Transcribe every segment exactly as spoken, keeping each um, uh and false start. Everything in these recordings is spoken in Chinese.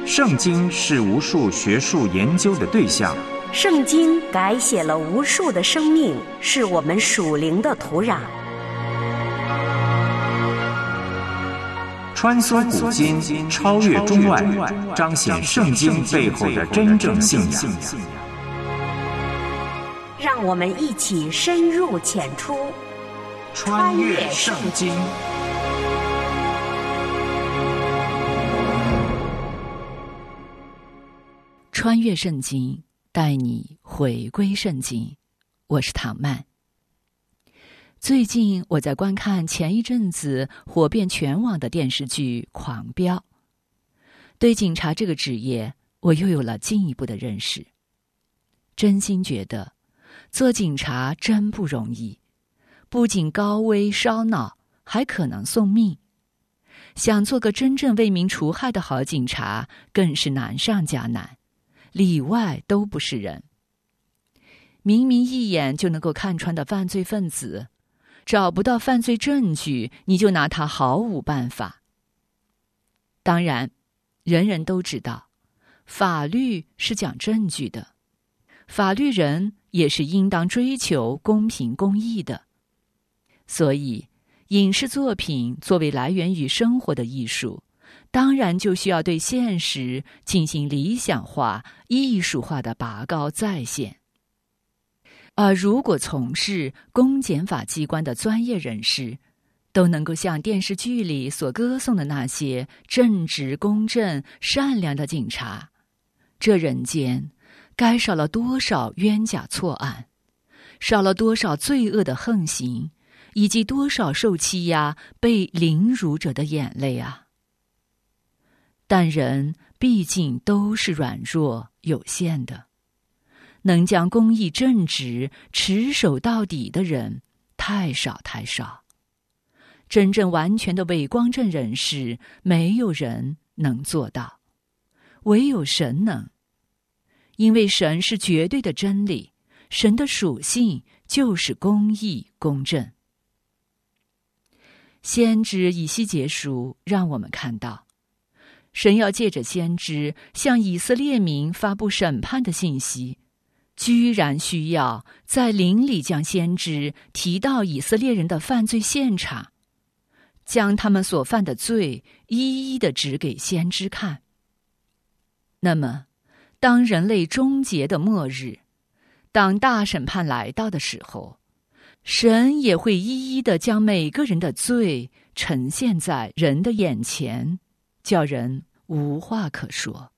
圣经是无数学术研究的对象， 圣经改写了无数的生命，是我们属灵的土壤。 穿梭古今，超越中外，彰显圣经背后的真正信仰。 让我们一起深入浅出， 穿越圣经。 穿越圣经，带你回归圣经。我是唐曼。最近我在观看前一阵子火遍全网的电视剧《狂飙》，对警察这个职业，我又有了进一步的认识。真心觉得，做警察真不容易，不仅高危烧脑，还可能送命。想做个真正为民除害的好警察，更是难上加难。里外都不是人，明明一眼就能够看穿的犯罪分子，找不到犯罪证据，你就拿他毫无办法。当然，人人都知道，法律是讲证据的，法律人也是应当追求公平公义的。所以，影视作品作为来源于生活的艺术，当然就需要对现实进行理想化、艺术化的拔高再现。而如果从事公检法机关的专业人士，都能够像电视剧里所歌颂的那些正直、公正、善良的警察，这人间该少了多少冤假错案，少了多少罪恶的横行，以及多少受欺压、被凌辱者的眼泪啊！但人毕竟都是软弱有限的，能将公义正直持守到底的人太少太少。真正完全的伪光正人士，没有人能做到，唯有神能。因为神是绝对的真理，神的属性就是公义公正。先知以西结书让我们看到，神要借着先知向以色列民发布审判的信息，居然需要在灵里将先知提到以色列人的犯罪现场，将他们所犯的罪一一地指给先知看。那么，当人类终结的末日，当大审判来到的时候，神也会一一地将每个人的罪呈现在人的眼前，叫人无话可说。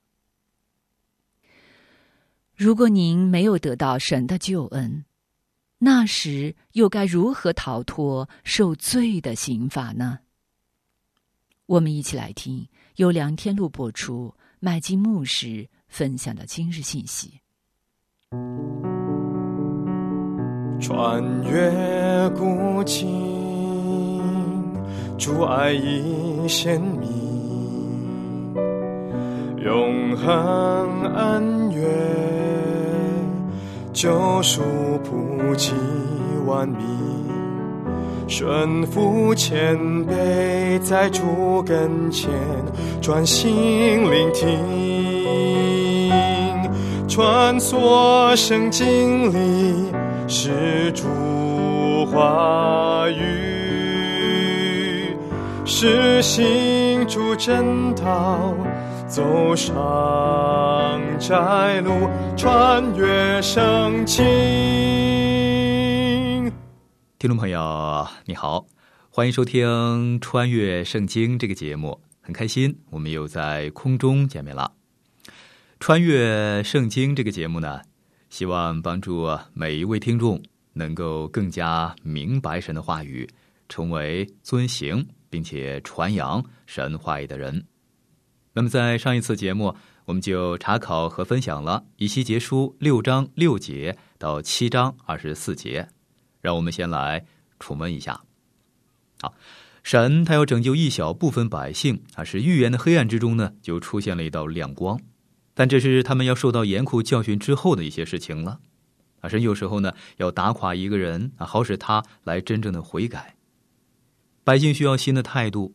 如果您没有得到神的救恩，那时又该如何逃脱受罪的刑罚呢？我们一起来听由梁天禄播出，麦基牧师分享的今日信息。 穿越古今，主爱已显明，永恒恩怨，救赎普及万民，顺服谦卑，在主跟前专心聆听，穿梭圣经里是主话语，是行主真道，走上窄路，穿越圣经。 听众朋友你好，欢迎收听穿越圣经这个节目，很开心我们又在空中见面了。穿越圣经这个节目呢，希望帮助每一位听众能够更加明白神的话语，成为遵行并且传扬神话语的人。那么在上一次节目，我们就查考和分享了以西结书六章六节到七章二十四节，让我们先来重温一下。好，神他要拯救一小部分百姓，啊，使预言的黑暗之中呢，就出现了一道亮光。但这是他们要受到严酷教训之后的一些事情了。啊，神有时候呢要打垮一个人啊，好使他来真正的悔改。百姓需要新的态度，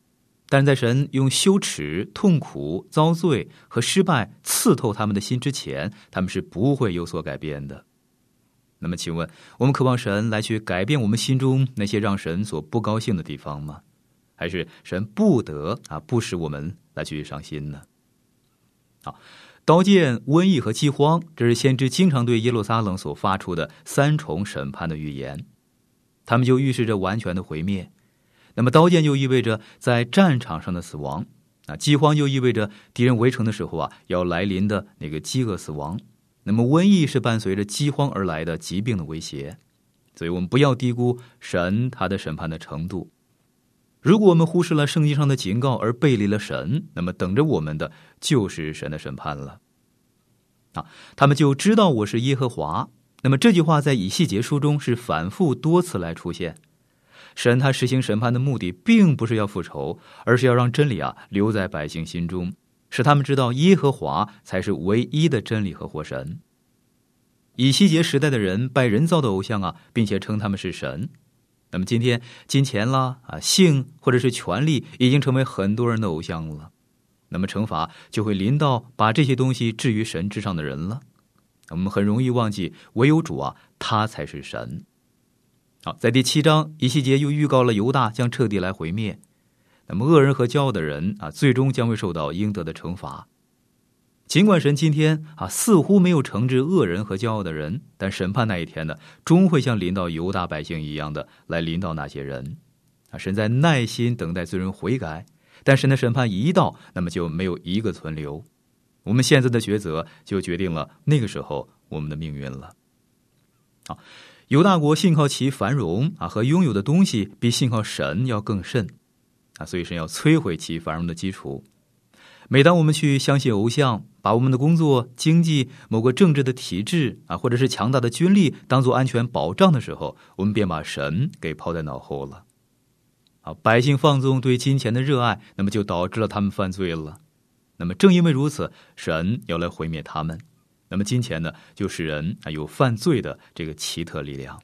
但是在神用羞耻、痛苦、遭罪和失败刺透他们的心之前，他们是不会有所改变的。那么请问，我们渴望神来去改变我们心中那些让神所不高兴的地方吗？还是神不得啊不使我们来去伤心呢？好，刀剑、瘟疫和饥荒，这是先知经常对耶路撒冷所发出的三重审判的预言，他们就预示着完全的毁灭。那么刀剑就意味着在战场上的死亡，啊，饥荒就意味着敌人围城的时候啊要来临的那个饥饿死亡。那么瘟疫是伴随着饥荒而来的疾病的威胁，所以我们不要低估神他的审判的程度。如果我们忽视了圣经上的警告而背离了神，那么等着我们的就是神的审判了。啊，他们就知道我是耶和华。那么这句话在以西结书中是反复多次来出现。神他实行审判的目的并不是要复仇，而是要让真理啊留在百姓心中，使他们知道耶和华才是唯一的真理和活神。以西结时代的人拜人造的偶像啊，并且称他们是神。那么今天金钱啦啊性或者是权力已经成为很多人的偶像了，那么惩罚就会临到把这些东西置于神之上的人了。我们很容易忘记唯有主啊，他才是神。好，在第七章，以西结又预告了犹大将彻底来毁灭。那么恶人和骄傲的人啊，最终将会受到应得的惩罚。尽管神今天啊似乎没有惩治恶人和骄傲的人，但审判那一天呢，终会像临到犹大百姓一样的来临到那些人。啊，神在耐心等待罪人悔改，但神的审判一到，那么就没有一个存留。我们现在的抉择就决定了那个时候我们的命运了。好，犹大国信靠其繁荣啊和拥有的东西比信靠神要更甚啊，所以神要摧毁其繁荣的基础。每当我们去相信偶像，把我们的工作、经济、某个政治的体制啊，或者是强大的军力当作安全保障的时候，我们便把神给抛在脑后了。啊，百姓放纵对金钱的热爱，那么就导致了他们犯罪了。那么正因为如此，神要来毁灭他们。那么金钱呢，就使人啊有犯罪的这个奇特力量。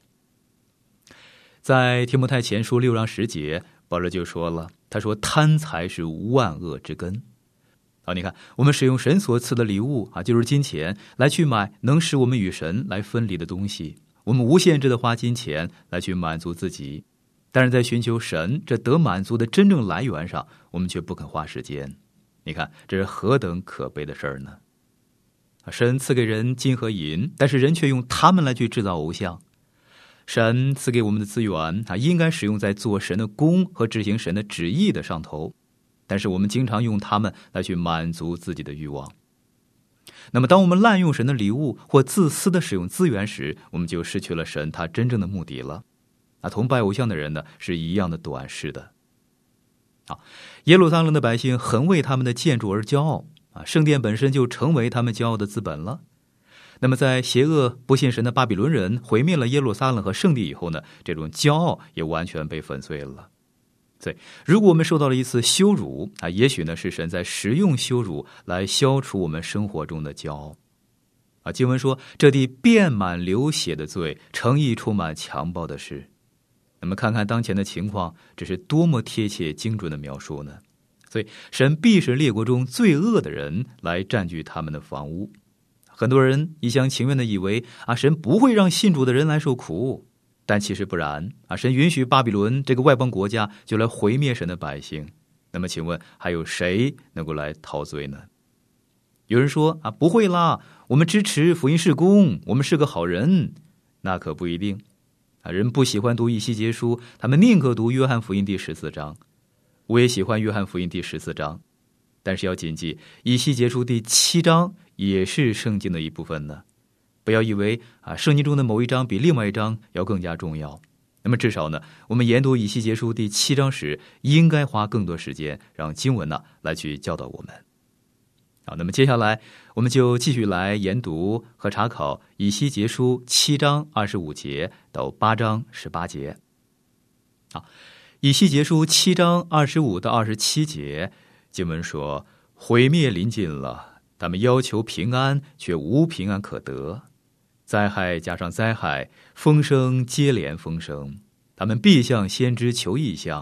在提摩太前书六章十节，保罗就说了，他说贪财是万恶之根。好，你看，我们使用神所赐的礼物啊，就是金钱，来去买能使我们与神来分离的东西。我们无限制的花金钱来去满足自己，但是在寻求神这得满足的真正来源上，我们却不肯花时间。你看，这是何等可悲的事儿呢？神赐给人金和银，但是人却用它们来去制造偶像。神赐给我们的资源啊，应该使用在做神的工和执行神的旨意的上头，但是我们经常用它们来去满足自己的欲望。那么当我们滥用神的礼物或自私的使用资源时，我们就失去了神他真正的目的了。那同拜偶像的人呢，是一样的短视的。好，耶路撒冷的百姓很为他们的建筑而骄傲啊，圣殿本身就成为他们骄傲的资本了。那么在邪恶不信神的巴比伦人毁灭了耶路撒冷和圣地以后呢，这种骄傲也完全被粉碎了。所以如果我们受到了一次羞辱啊，也许呢是神在使用羞辱来消除我们生活中的骄傲啊。经文说，这地遍满流血的罪，城邑充满强暴的事。那么看看当前的情况，这是多么贴切精准的描述呢？所以神必使列国中最恶的人来占据他们的房屋。很多人一厢情愿的以为啊，神不会让信主的人来受苦，但其实不然啊，神允许巴比伦这个外邦国家就来毁灭神的百姓。那么请问还有谁能够来逃罪呢？有人说啊，不会啦，我们支持福音事工，我们是个好人。那可不一定啊，人不喜欢读以西结书，他们宁可读约翰福音第十四章。我也喜欢约翰福音第十四章，但是要谨记，以西结书第七章也是圣经的一部分呢。不要以为啊，圣经中的某一章比另外一章要更加重要。那么至少呢，我们研读以西结书第七章时，应该花更多时间让经文呢来去教导我们。好，那么接下来我们就继续来研读和查考以西结书七章二十五节到八章十八节。好，以西结书七章二十五到二十七节，经文说，毁灭临近了，他们要求平安，却无平安可得。灾害加上灾害，风声接连风声，他们必向先知求异象，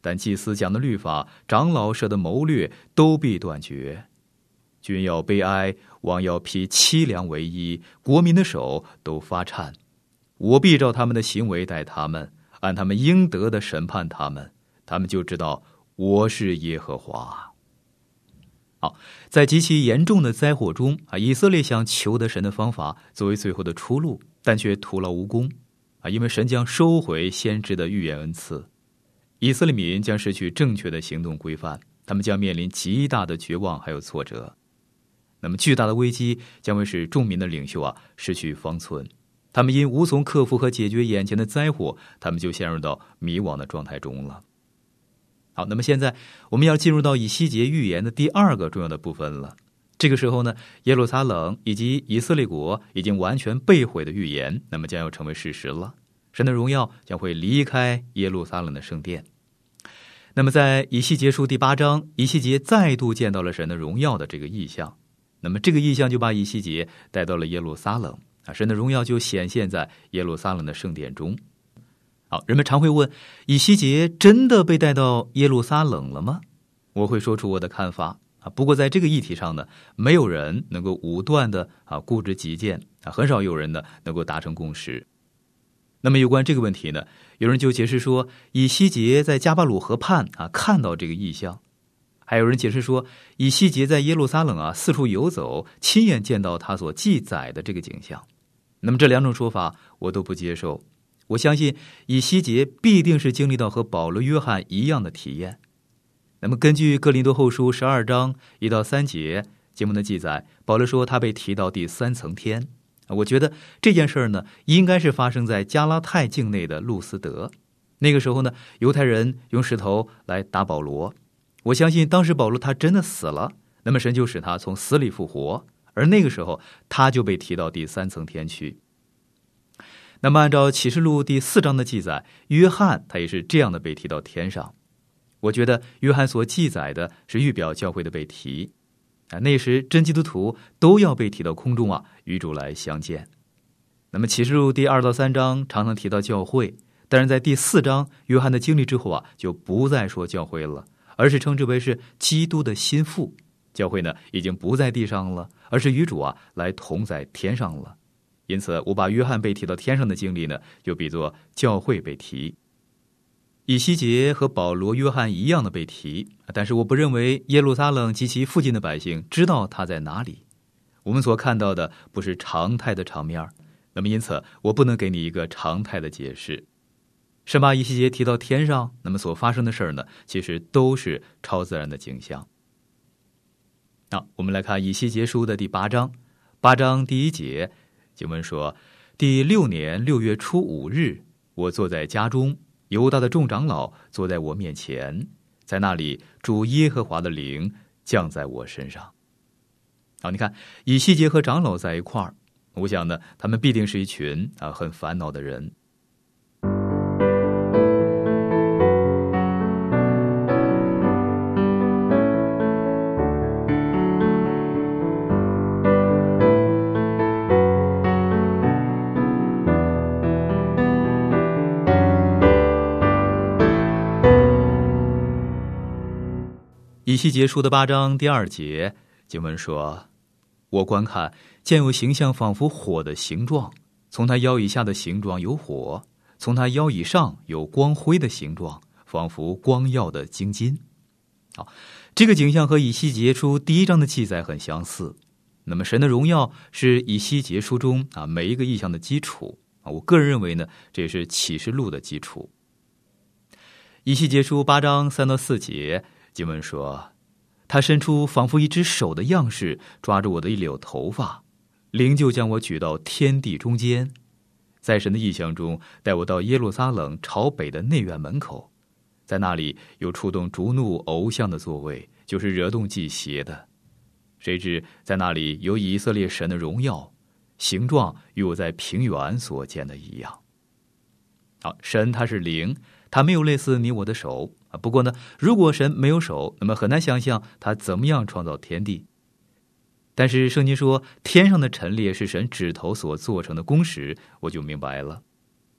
但祭司讲的律法，长老设的谋略，都必断绝。君要悲哀，王要披凄凉为衣，国民的手都发颤。我必照他们的行为待他们，按他们应得的审判他们，他们就知道我是耶和华。好，在极其严重的灾祸中啊，以色列想求得神的方法作为最后的出路，但却徒劳无功啊，因为神将收回先知的预言恩赐，以色列民将失去正确的行动规范，他们将面临极大的绝望还有挫折。那么巨大的危机将会使众民的领袖啊失去方寸，他们因无从克服和解决眼前的灾祸，他们就陷入到迷惘的状态中了。好，那么现在我们要进入到以西结预言的第二个重要的部分了。这个时候呢，耶路撒冷以及以色列国已经完全被毁的预言，那么将要成为事实了。神的荣耀将会离开耶路撒冷的圣殿。那么在以西结书第八章，以西结再度见到了神的荣耀的这个异象。那么这个异象就把以西结带到了耶路撒冷啊，神的荣耀就显现在耶路撒冷的圣殿中。好，人们常会问，以西结真的被带到耶路撒冷了吗？我会说出我的看法啊。不过在这个议题上呢，没有人能够武断的啊固执己见啊，很少有人呢能够达成共识。那么有关这个问题呢，有人就解释说，以西结在加巴鲁河畔啊看到这个异象，还有人解释说，以西结在耶路撒冷啊四处游走，亲眼见到他所记载的这个景象。那么这两种说法我都不接受。我相信以西结必定是经历到和保罗、约翰一样的体验。那么根据哥林多后书十二章一到三节经文的记载，保罗说他被提到第三层天。我觉得这件事呢，应该是发生在加拉太境内的路斯德。那个时候呢，犹太人用石头来打保罗。我相信当时保罗他真的死了，那么神就使他从死里复活，而那个时候他就被提到第三层天去。那么按照启示录第四章的记载，约翰他也是这样的被提到天上。我觉得约翰所记载的是预表教会的被提啊，那时真基督徒都要被提到空中啊，与主来相见。那么启示录第二到三章常常提到教会，但是在第四章约翰的经历之后啊，就不再说教会了，而是称之为是基督的心腹。教会呢已经不在地上了，而是与主啊来同在天上了。因此我把约翰被提到天上的经历呢，就比作教会被提。以西结和保罗、约翰一样的被提，但是我不认为耶路撒冷及其附近的百姓知道他在哪里。我们所看到的不是常态的场面，那么因此我不能给你一个常态的解释。神把以西结提到天上，那么所发生的事呢，其实都是超自然的景象。那我们来看以西结书的第八章，八章第一节，经文说：第六年六月初五日，我坐在家中，犹大的众长老坐在我面前，在那里主耶和华的灵降在我身上。好，你看以西结和长老在一块儿，我想呢，他们必定是一群啊很烦恼的人。以西结书的八章第二节经文说：我观看，见有形象仿佛火的形状，从他腰以下的形状有火，从他腰以上有光辉的形状，仿佛光耀的精金。好，这个景象和以西结书第一章的记载很相似。那么神的荣耀是以西结书中啊每一个意象的基础啊，我个人认为呢，这也是启示录的基础。以西结书八章三到四节经文说：他伸出仿佛一只手的样式，抓住我的一绺头发，灵就将我举到天地中间，在神的意象中带我到耶路撒冷朝北的内院门口，在那里有触动逐怒偶像的座位，就是惹动祭邪的。谁知在那里有以色列神的荣耀，形状与我在平原所见的一样。好，神他是灵，他没有类似你我的手。不过呢，如果神没有手，那么很难想象他怎么样创造天地。但是圣经说天上的陈列是神指头所做成的工时，我就明白了。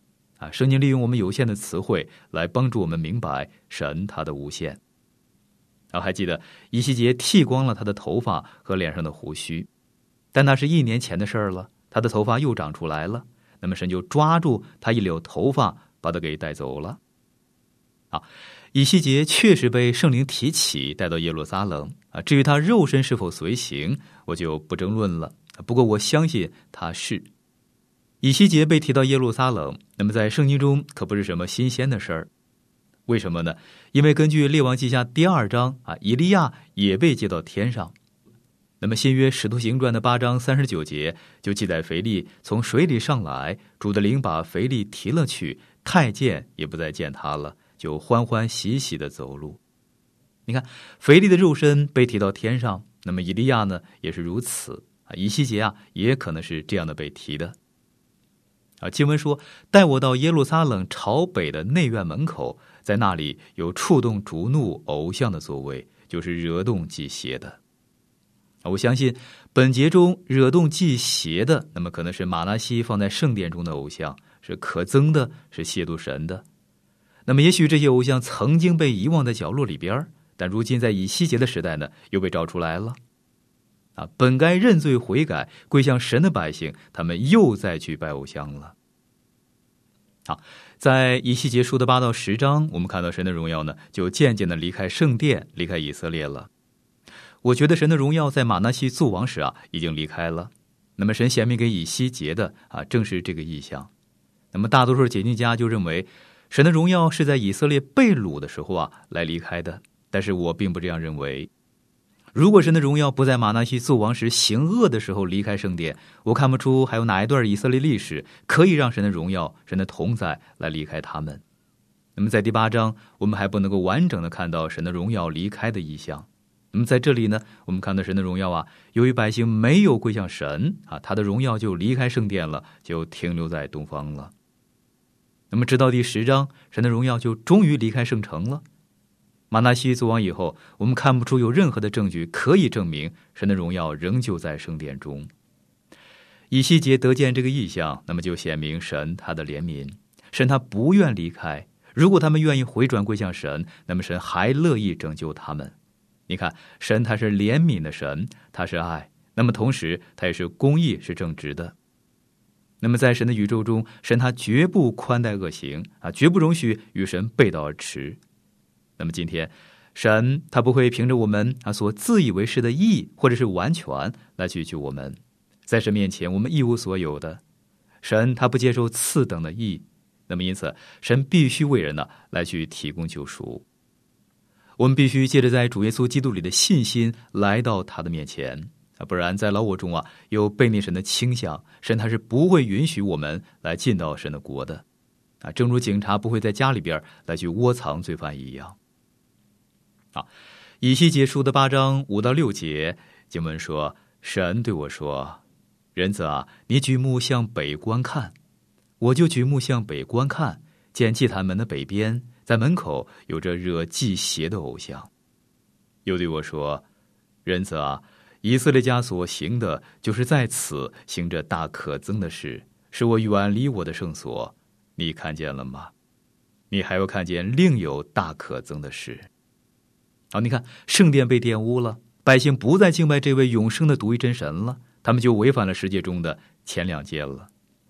啊，圣经利用我们有限的词汇来帮助我们明白神他的无限。啊，还记得以西结剃光了他的头发和脸上的胡须，但那是一年前的事儿了，他的头发又长出来了，那么神就抓住他一绺头发，把他给带走了。啊，以西结确实被圣灵提起带到耶路撒冷啊，至于他肉身是否随行，我就不争论了。不过我相信他是。以西结被提到耶路撒冷，那么在圣经中可不是什么新鲜的事儿。为什么呢？因为根据列王记下第二章啊，以利亚也被接到天上。那么新约使徒行传的八章三十九节就记载腓力从水里上来，主的灵把腓力提了去，太监也不再见他了，就欢欢喜喜的走路。你看腓力的肉身被提到天上，那么以利亚呢也是如此啊，以西结啊也可能是这样的被提的。啊，经文说带我到耶路撒冷朝北的内院门口，在那里有触动主怒偶像的座位，就是惹动祭邪的。我相信本节中惹动祭邪的，那么可能是马拿西放在圣殿中的偶像，是可憎的，是亵渎神的。那么也许这些偶像曾经被遗忘在角落里边，但如今在以西结的时代呢，又被找出来了。啊，本该认罪悔改归向神的百姓，他们又再去拜偶像了。好，在以西结书的八到十章，我们看到神的荣耀呢，就渐渐的离开圣殿，离开以色列了。我觉得神的荣耀在马拿西做王时啊，已经离开了。那么神显明给以西结的啊，正是这个意象。那么大多数解经家就认为，神的荣耀是在以色列被掳的时候啊来离开的，但是我并不这样认为。如果神的荣耀不在马拿西做王时行恶的时候离开圣殿，我看不出还有哪一段以色列历史可以让神的荣耀、神的同在来离开他们。那么在第八章，我们还不能够完整的看到神的荣耀离开的意象。那么在这里呢，我们看到神的荣耀啊，由于百姓没有归向神啊，他的荣耀就离开圣殿了，就停留在东方了。那么直到第十章，神的荣耀就终于离开圣城了。马拿西做王以后，我们看不出有任何的证据可以证明神的荣耀仍旧在圣殿中。以西结得见这个异象，那么就显明神他的怜悯，神他不愿离开。如果他们愿意回转归向神，那么神还乐意拯救他们。你看，神他是怜悯的神，他是爱，那么同时他也是公义，是正直的。那么在神的宇宙中，神他绝不宽待恶行啊，绝不容许与神背道而驰。那么今天神他不会凭着我们啊所自以为是的义或者是完全来去救我们，在神面前我们一无所有的，神他不接受次等的义，那么因此神必须为人呢来去提供救赎。我们必须借着在主耶稣基督里的信心来到他的面前啊，不然在老我中啊有背逆神的倾向，神他是不会允许我们来进到神的国的啊，正如警察不会在家里边来去窝藏罪犯一样。啊，以西结书的八章五到六节经文说，神对我说，人子啊，你举目向北观看，我就举目向北观看，见祭坛门的北边，在门口有着惹祭邪的偶像。又对我说，人子啊，以色列家所行的，就是在此行着大可憎的事，是我远离我的圣所，你看见了吗？你还要看见另有大可憎的事。好，你看圣殿被玷污了，百姓不再敬拜这位永生的独一真神了，他们就违反了十诫中的前两诫了。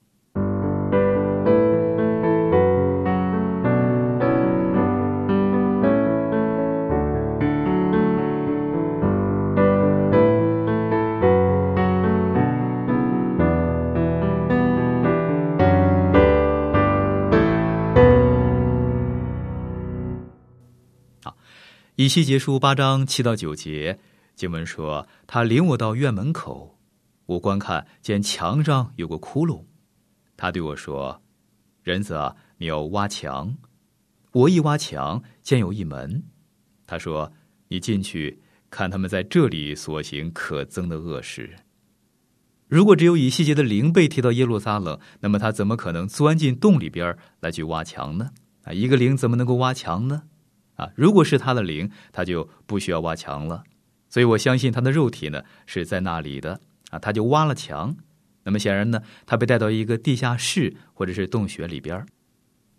以西结书八章七到九节经文说，他领我到院门口，我观看见墙上有个窟窿，他对我说，人子啊，你要挖墙。我一挖墙，见有一门，他说，你进去看他们在这里所行可憎的恶事。如果只有以西结的灵被提到耶路撒冷，那么他怎么可能钻进洞里边来去挖墙呢？啊，一个灵怎么能够挖墙呢？啊，如果是他的灵，他就不需要挖墙了。所以我相信他的肉体呢是在那里的啊，他就挖了墙。那么显然呢，他被带到一个地下室或者是洞穴里边。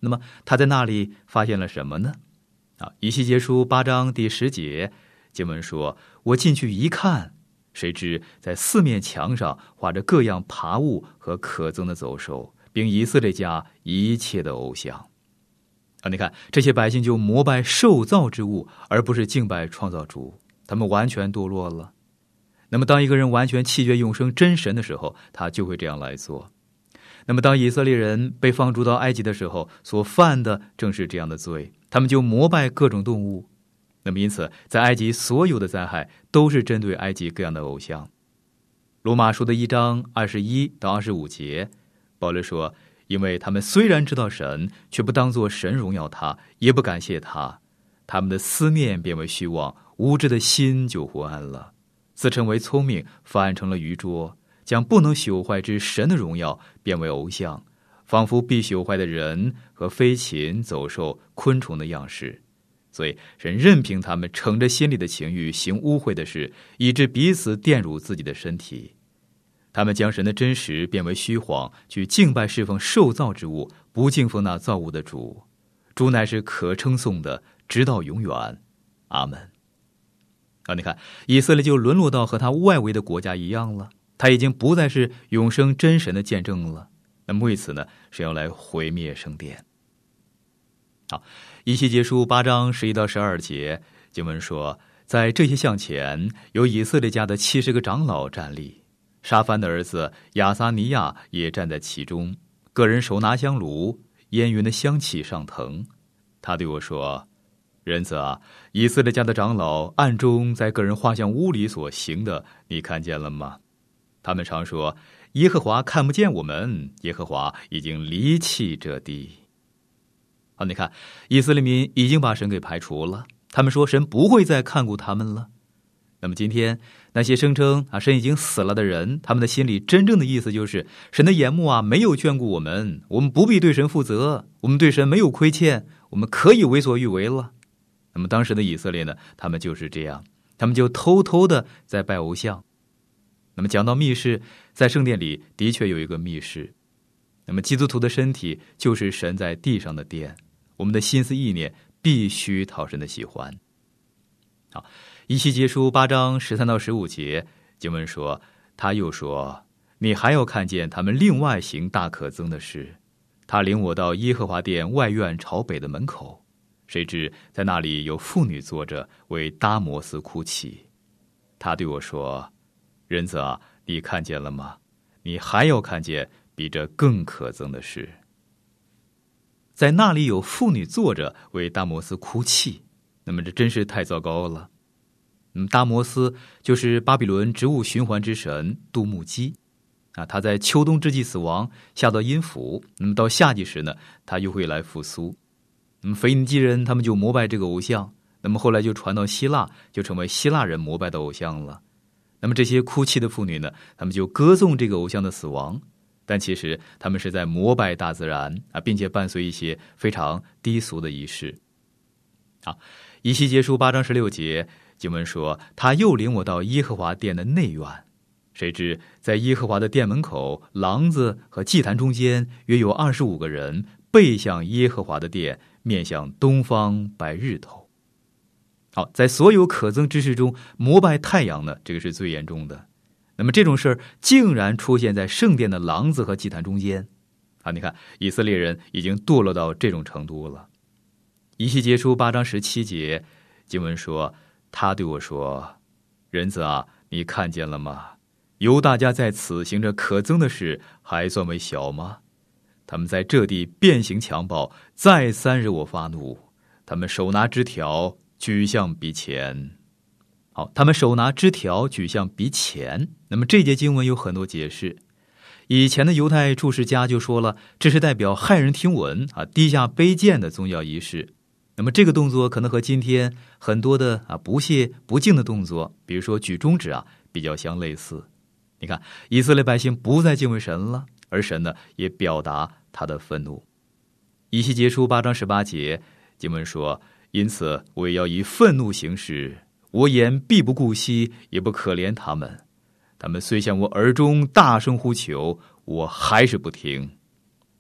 那么他在那里发现了什么呢？啊，以西结书八章第十节，经文说：“我进去一看，谁知在四面墙上画着各样爬物和可憎的走兽，并以色列家一切的偶像。”啊，你看这些百姓就膜拜受造之物，而不是敬拜创造主，他们完全堕落了。那么当一个人完全弃绝永生真神的时候，他就会这样来做。那么当以色列人被放逐到埃及的时候，所犯的正是这样的罪，他们就膜拜各种动物。那么因此在埃及所有的灾害都是针对埃及各样的偶像。罗马书的一章二十一到二十五节，保罗说：“因为他们虽然知道神，却不当作神荣耀他，也不感谢他，他们的思念变为虚妄，无知的心就昏暗了，自称为聪明，反成了愚拙，将不能朽坏之神的荣耀变为偶像，仿佛必朽坏的人和飞禽走兽昆虫的样式。所以神任凭他们逞着心里的情欲行污秽的事，以致彼此玷辱自己的身体。他们将神的真实变为虚谎，去敬拜侍奉受造之物，不敬奉那造物的主。主乃是可称颂的，直到永远。阿门。”啊，你看以色列就沦落到和他外围的国家一样了，他已经不再是永生真神的见证了。那么为此呢，是要来毁灭圣殿。好，以西结书八章十一到十二节，经文说：“在这些像前，有以色列家的七十个长老站立，沙番的儿子亚撒尼亚也站在其中，个人手拿香炉，烟云的香气上腾。他对我说：人子啊，以色列家的长老暗中在个人画像屋里所行的，你看见了吗？他们常说，耶和华看不见我们，耶和华已经离弃这地。”好，你看以色列民已经把神给排除了，他们说神不会再看顾他们了。那么今天那些声称啊神已经死了的人，他们的心里真正的意思就是神的眼目啊没有眷顾我们，我们不必对神负责，我们对神没有亏欠，我们可以为所欲为了。那么当时的以色列呢，他们就是这样，他们就偷偷的在拜偶像。那么讲到密室，在圣殿里的确有一个密室。那么基督徒的身体就是神在地上的殿，我们的心思意念必须讨神的喜欢。好，以西结书八章十三到十五节，经文说：“他又说，你还要看见他们另外行大可憎的事。他领我到耶和华殿外院朝北的门口，谁知在那里有妇女坐着，为大摩斯哭泣。他对我说：人子啊，你看见了吗？你还要看见比这更可憎的事。在那里有妇女坐着，为大摩斯哭泣。那么这真是太糟糕了。嗯，大摩斯就是巴比伦植物循环之神杜木基啊，他在秋冬之际死亡，下到阴府。那么到夏季时呢，他又会来复苏。那么腓尼基人他们就膜拜这个偶像，那么后来就传到希腊，就成为希腊人膜拜的偶像了。那么这些哭泣的妇女呢，他们就歌颂这个偶像的死亡，但其实他们是在膜拜大自然啊，并且伴随一些非常低俗的仪式。好，以西结书八章十六节，经文说：他又领我到耶和华殿的内院，谁知在耶和华的殿门口，廊子和祭坛中间约有二十五个人，背向耶和华的殿，面向东方拜日头。好，在所有可憎之事中，膜拜太阳呢，这个是最严重的。那么这种事儿竟然出现在圣殿的廊子和祭坛中间啊！你看以色列人已经堕落到这种程度了。以西结书八章十七节，经文说：他对我说：人子啊，你看见了吗？犹大家在此行着可憎的事，还算为小吗？他们在这地变行强暴，再三惹我发怒。他们手拿枝条，举向鼻前。好，他们手拿枝条举向鼻前。那么这节经文有很多解释。以前的犹太注释家就说了，这是代表骇人听闻啊，低下卑贱的宗教仪式。那么这个动作可能和今天很多的啊不屑不敬的动作，比如说举中指啊，比较相类似。你看，以色列百姓不再敬畏神了，而神呢也表达他的愤怒。以西结书八章十八节，经文说：因此我也要以愤怒行事，我眼必不顾惜，也不可怜他们。他们虽向我耳中大声呼求，我还是不听。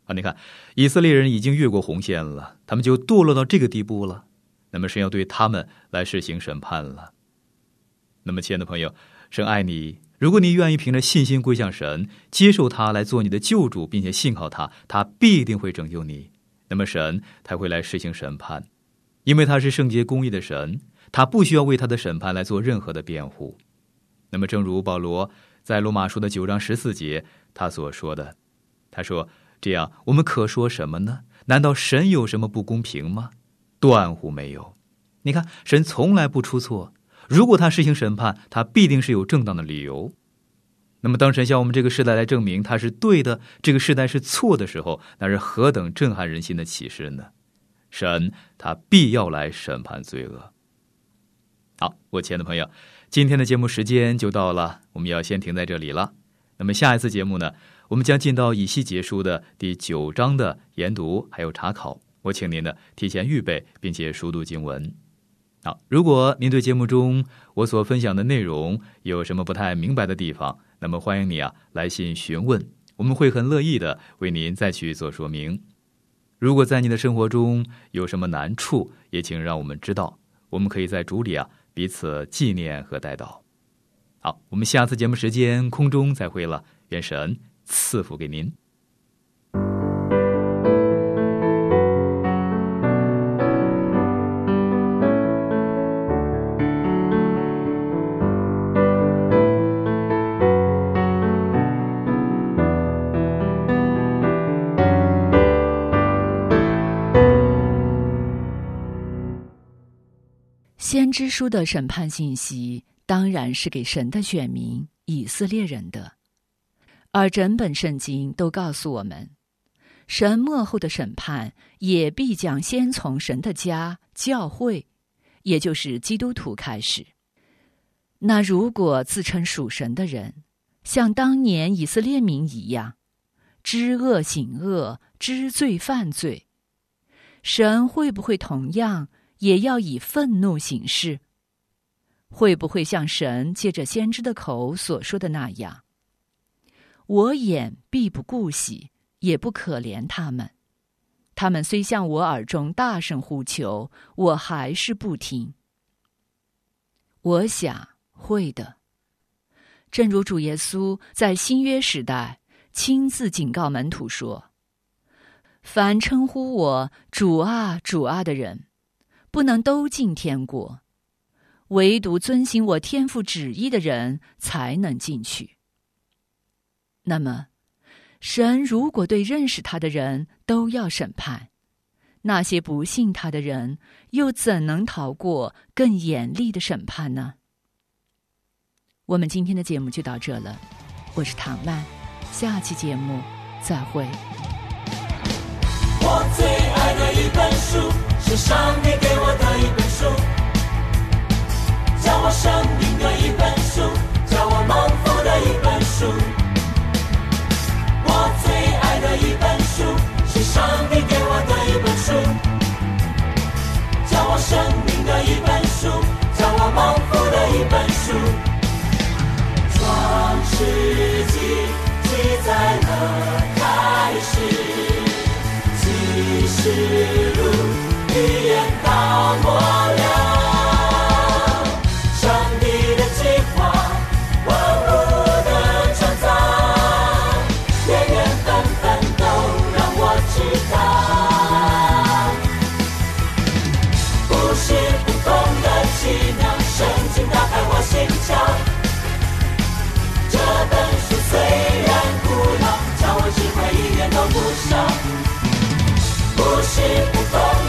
啊，你看，以色列人已经越过红线了，他们就堕落到这个地步了。那么神要对他们来施行审判了。那么亲爱的朋友，神爱你，如果你愿意凭着信心归向神，接受他来做你的救主，并且信靠他，他必定会拯救你。那么神才会来施行审判，因为他是圣洁公义的神，他不需要为他的审判来做任何的辩护。那么正如保罗在罗马书的九章十四节他所说的，他说，这样我们可说什么呢？难道神有什么不公平吗？断乎没有。你看，神从来不出错，如果他施行审判，他必定是有正当的理由。那么当神向我们这个时代来证明他是对的，这个时代是错的时候，那是何等震撼人心的启示呢？神他必要来审判罪恶。好，我亲爱的朋友，今天的节目时间就到了，我们要先停在这里了。那么下一次节目呢，我们将进到以西结书的第九章的研读还有查考，我请您呢提前预备并且熟读经文。好，如果您对节目中我所分享的内容有什么不太明白的地方，那么欢迎你啊来信询问，我们会很乐意的为您再去做说明。如果在你的生活中有什么难处，也请让我们知道，我们可以在主里啊彼此纪念和代祷。好，我们下次节目时间空中再会了，愿神赐福给您。 先知书的审判信息当然是给神的选民以色列人的，而整本圣经都告诉我们，神末后的审判也必将先从神的家教会，也就是基督徒开始。那如果自称属神的人像当年以色列民一样，知恶行恶，知罪犯罪，神会不会同样也要以愤怒行事？会不会像神借着先知的口所说的那样，我眼必不顾惜，也不可怜他们，他们虽向我耳中大声呼求，我还是不听？我想会的。正如主耶稣在新约时代亲自警告门徒说，凡称呼我主啊主啊的人，不能都进天国，唯独遵行我天父旨意的人才能进去。那么神如果对认识他的人都要审判，那些不信他的人又怎能逃过更严厉的审判呢？我们今天的节目就到这了，我是唐曼，下期节目再会。 我最爱的一本书，是上帝给我的一本书，教我生命的一本书，教我蒙福的一本书。我最爱的一本书，是上帝给我的一本书，教我生命的一本书，教我蒙福的一本书。创世纪记载了开始，启示录预言到末了，上帝的计划，万物的创造，年年分分都让我知道，不是不公的奇妙，圣经打开我心窍。这本书虽然古老，教我智慧一点都不少，不是不公